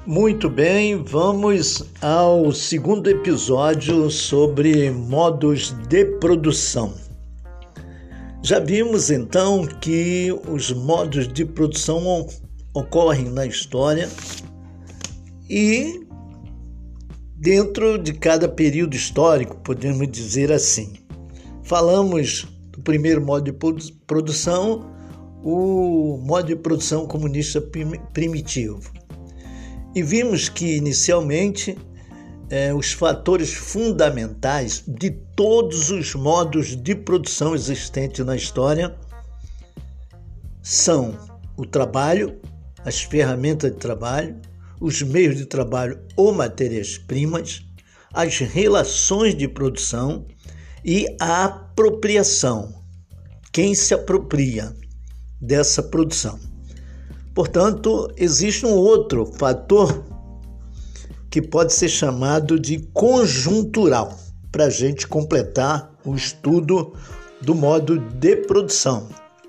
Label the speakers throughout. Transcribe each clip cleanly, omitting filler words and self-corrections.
Speaker 1: Muito bem, vamos ao segundo episódio sobre modos de produção. Já vimos então que os modos de produção ocorrem na história e dentro de cada período histórico, podemos dizer assim. Falamos do primeiro modo de produção, o modo de produção comunista primitivo. E vimos que, inicialmente, os fatores fundamentais de todos os modos de produção existentes na história são o trabalho, as ferramentas de trabalho, os meios de trabalho ou matérias-primas, as relações de produção e a apropriação, quem se apropria dessa produção. Portanto, existe um outro fator que pode ser chamado de conjuntural, para a gente completar o estudo do modo de produção.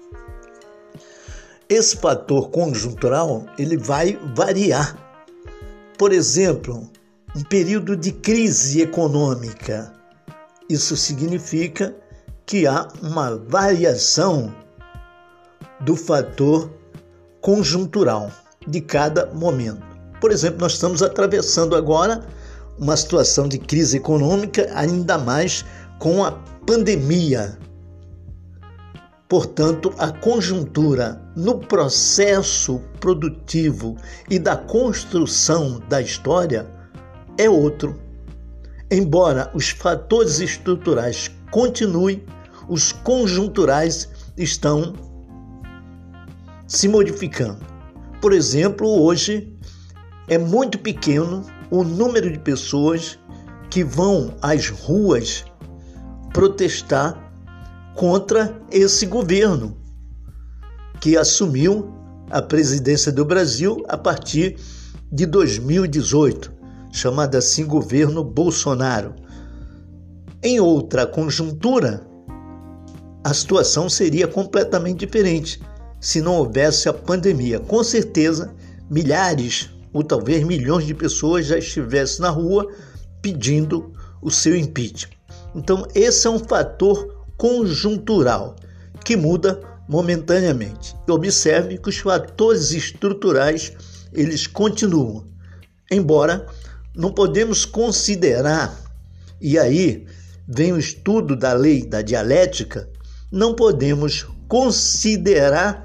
Speaker 1: Esse fator conjuntural ele vai variar. Por exemplo, um período de crise econômica. Isso significa que há uma variação do fator conjuntural de cada momento. Por exemplo, nós estamos atravessando agora uma situação de crise econômica, ainda mais com a pandemia. Portanto, a conjuntura no processo produtivo e da construção da história é outro. Embora os fatores estruturais continuem, os conjunturais estão se modificando. Por exemplo, hoje é muito pequeno o número de pessoas que vão às ruas protestar contra esse governo que assumiu a presidência do Brasil a partir de 2018, chamado assim governo Bolsonaro. Em outra conjuntura, a situação seria completamente diferente. Se não houvesse a pandemia, com certeza milhares ou talvez milhões de pessoas já estivessem na rua pedindo o seu impeachment. Então, esse é um fator conjuntural que muda momentaneamente. E observe que os fatores estruturais eles continuam, embora não podemos considerar, e aí vem o estudo da lei da dialética, não podemos considerar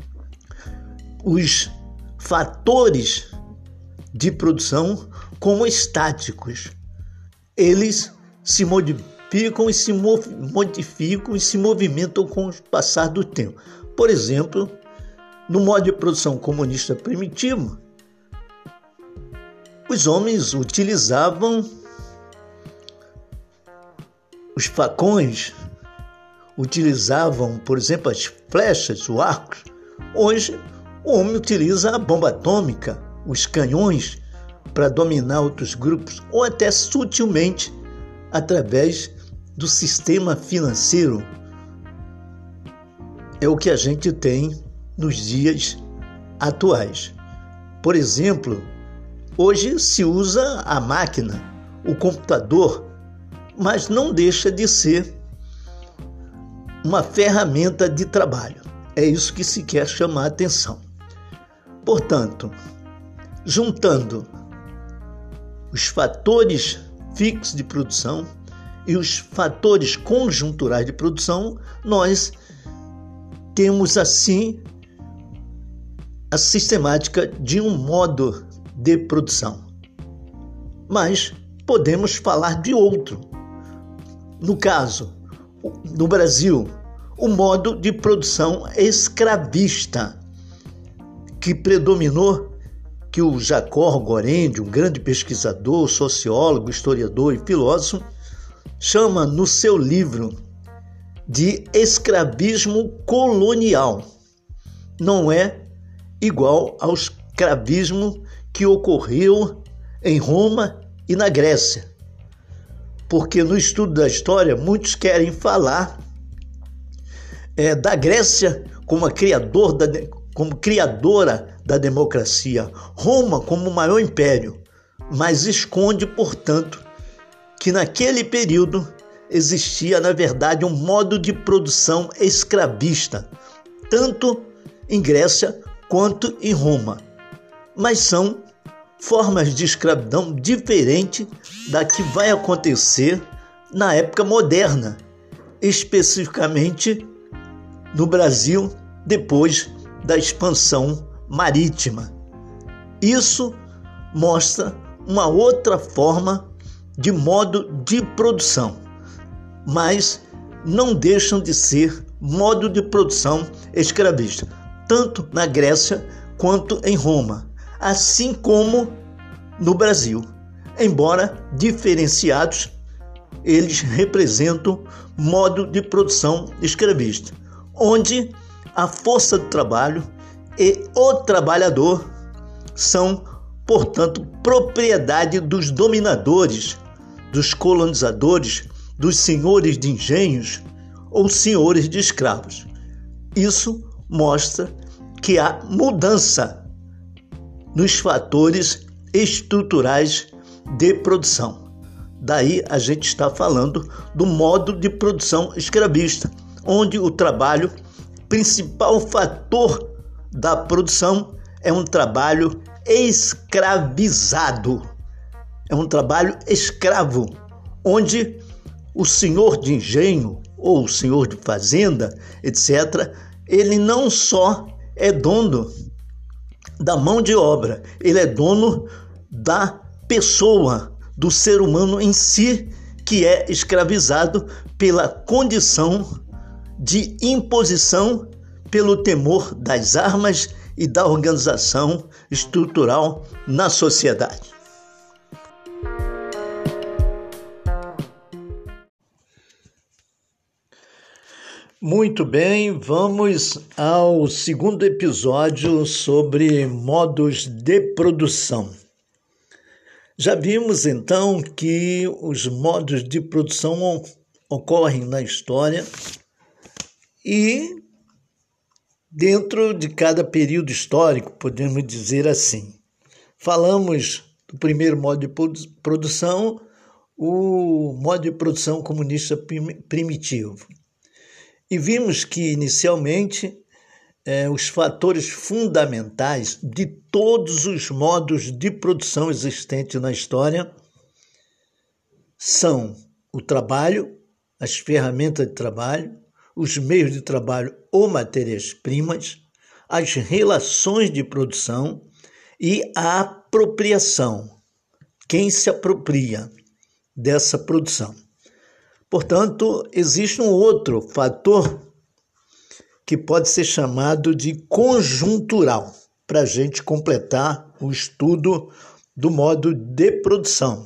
Speaker 1: os fatores de produção como estáticos. Eles se modificam e se movimentam com o passar do tempo. Por exemplo, no modo de produção comunista primitivo, os homens utilizavam os facões, utilizavam, por exemplo, as flechas, o arco. Hoje, o homem utiliza a bomba atômica, os canhões, para dominar outros grupos, ou até sutilmente através do sistema financeiro. É o que a gente tem nos dias atuais. Por exemplo, hoje se usa a máquina, o computador, mas não deixa de ser uma ferramenta de trabalho. É isso que se quer chamar a atenção. Portanto, juntando os fatores fixos de produção e os fatores conjunturais de produção, nós temos assim a sistemática de um modo de produção. Mas podemos falar de outro. No caso, no Brasil, o modo de produção escravista, que predominou, que o Jacó Gorende, um grande pesquisador, sociólogo, historiador e filósofo, chama no seu livro de escravismo colonial. Não é igual ao escravismo que ocorreu em Roma e na Grécia. Porque no estudo da história, muitos querem falar da Grécia como a como criadora da democracia, Roma como o maior império, mas esconde, portanto, que naquele período existia, na verdade, um modo de produção escravista, tanto em Grécia quanto em Roma. Mas são formas de escravidão diferentes da que vai acontecer na época moderna, especificamente no Brasil, depois da expansão marítima. Isso mostra uma outra forma de modo de produção, mas não deixam de ser modo de produção escravista, tanto na Grécia quanto em Roma, assim como no Brasil. Embora diferenciados, eles representam modo de produção escravista, onde a força do trabalho e o trabalhador são, portanto, propriedade dos dominadores, dos colonizadores, dos senhores de engenhos ou senhores de escravos. Isso mostra que há mudança nos fatores estruturais de produção. Daí a gente está falando do modo de produção escravista, onde o trabalho, principal fator da produção, é um trabalho escravizado. É um trabalho escravo, onde o senhor de engenho ou o senhor de fazenda, etc., ele não só é dono da mão de obra, ele é dono da pessoa, do ser humano em si, que é escravizado pela condição de imposição, pelo temor das armas e da organização estrutural na sociedade. Muito bem, vamos ao segundo episódio sobre modos de produção. Já vimos então que os modos de produção ocorrem na história e dentro de cada período histórico, podemos dizer assim. Falamos do primeiro modo de produção, o modo de produção comunista primitivo. E vimos que, inicialmente, os fatores fundamentais de todos os modos de produção existentes na história são o trabalho, as ferramentas de trabalho, os meios de trabalho ou matérias-primas, as relações de produção e a apropriação. Quem se apropria dessa produção? Portanto, existe um outro fator que pode ser chamado de conjuntural, para a gente completar o estudo do modo de produção.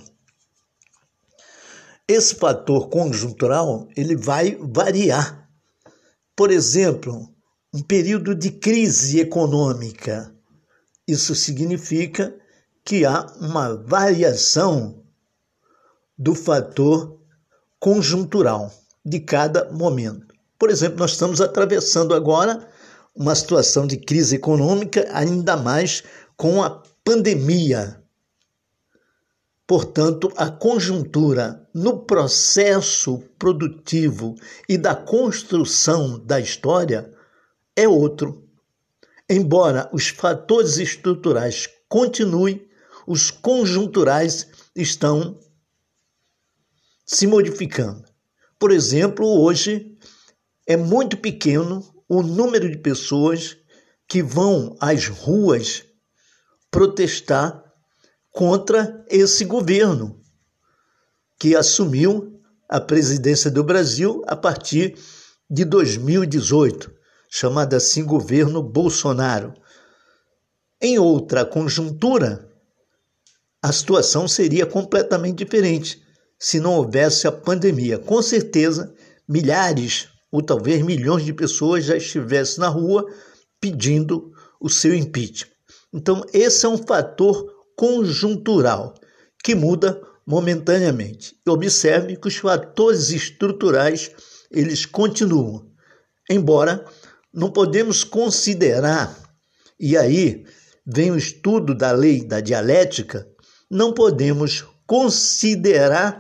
Speaker 1: Esse fator conjuntural ele vai variar. Por exemplo, um período de crise econômica. Isso significa que há uma variação do fator conjuntural de cada momento. Por exemplo, nós estamos atravessando agora uma situação de crise econômica, ainda mais com a pandemia. Portanto, a conjuntura no processo produtivo e da construção da história é outro. Embora os fatores estruturais continuem, os conjunturais estão se modificando. Por exemplo, hoje é muito pequeno o número de pessoas que vão às ruas protestar contra esse governo que assumiu a presidência do Brasil a partir de 2018, chamado assim governo Bolsonaro. Em outra conjuntura, a situação seria completamente diferente se não houvesse a pandemia. Com certeza, milhares ou talvez milhões de pessoas já estivessem na rua pedindo o seu impeachment. Então, esse é um fator conjuntural que muda momentaneamente. Observe que os fatores estruturais eles continuam, embora não podemos considerar E aí vem o estudo da lei da dialética. Não podemos considerar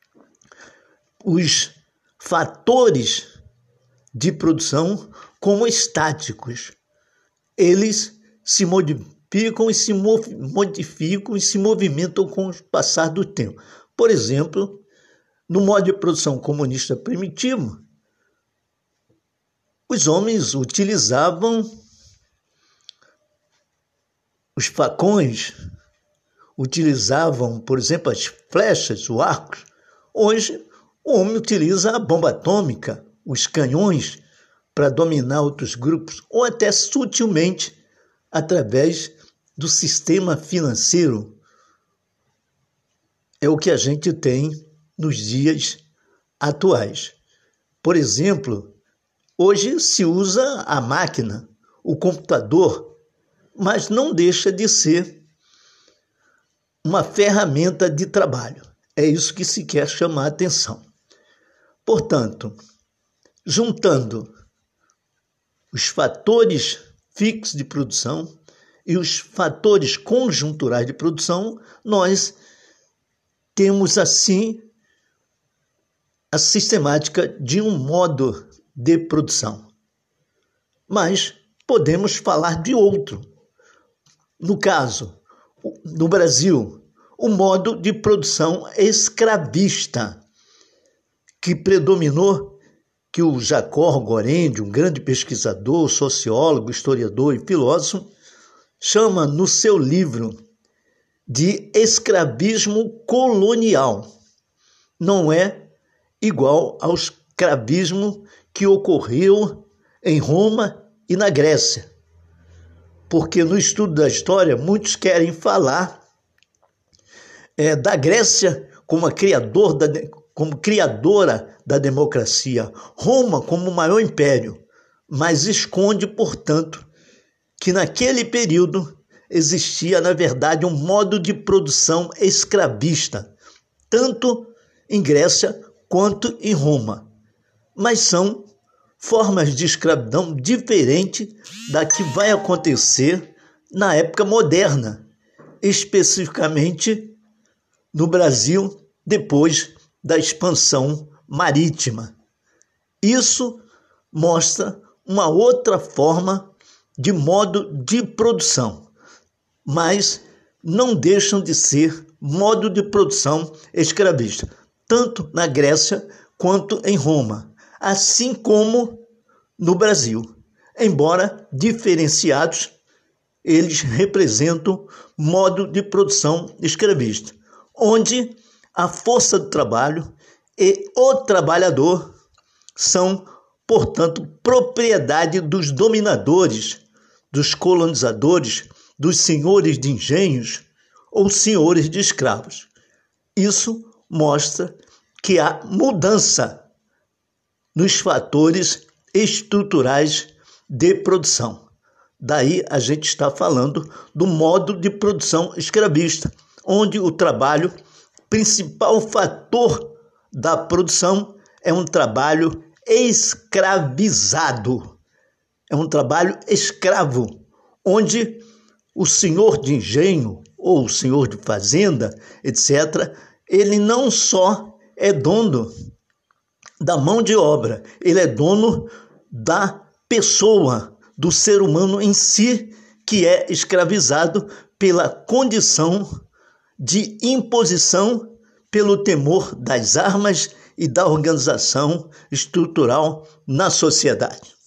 Speaker 1: os fatores de produção como estáticos. Eles se modificam e se movimentam com o passar do tempo. Por exemplo, no modo de produção comunista primitivo, os homens utilizavam os facões, utilizavam, por exemplo, as flechas, o arco. Hoje, o homem utiliza a bomba atômica, os canhões, para dominar outros grupos, ou até sutilmente através do sistema financeiro. É o que a gente tem nos dias atuais. Por exemplo, hoje se usa a máquina, o computador, mas não deixa de ser uma ferramenta de trabalho. É isso que se quer chamar a atenção. Portanto, juntando os fatores fixos de produção e os fatores conjunturais de produção, nós temos assim a sistemática de um modo de produção. Mas podemos falar de outro. No caso, no Brasil, o modo de produção escravista, que predominou, que o Jacó Gorende, um grande pesquisador, sociólogo, historiador e filósofo, chama no seu livro de escravismo colonial. Não é igual ao escravismo que ocorreu em Roma e na Grécia. Porque no estudo da história, muitos querem falar da Grécia como criadora da democracia, Roma como o maior império, mas esconde, portanto, que naquele período existia, na verdade, um modo de produção escravista, tanto em Grécia quanto em Roma. Mas são formas de escravidão diferentes da que vai acontecer na época moderna, especificamente no Brasil, depois da expansão marítima. Isso mostra uma outra forma de modo de produção, mas não deixam de ser modo de produção escravista, tanto na Grécia quanto em Roma, assim como no Brasil. Embora diferenciados, eles representam modo de produção escravista, onde a força do trabalho e o trabalhador são, portanto, propriedade dos dominadores, dos colonizadores, dos senhores de engenhos ou senhores de escravos. Isso mostra que há mudança nos fatores estruturais de produção. Daí a gente está falando do modo de produção escravista, onde o trabalho, principal fator da produção, é um trabalho escravizado. É um trabalho escravo, onde o senhor de engenho ou o senhor de fazenda, etc., ele não só é dono da mão de obra, ele é dono da pessoa, do ser humano em si, que é escravizado pela condição de imposição, pelo temor das armas e da organização estrutural na sociedade.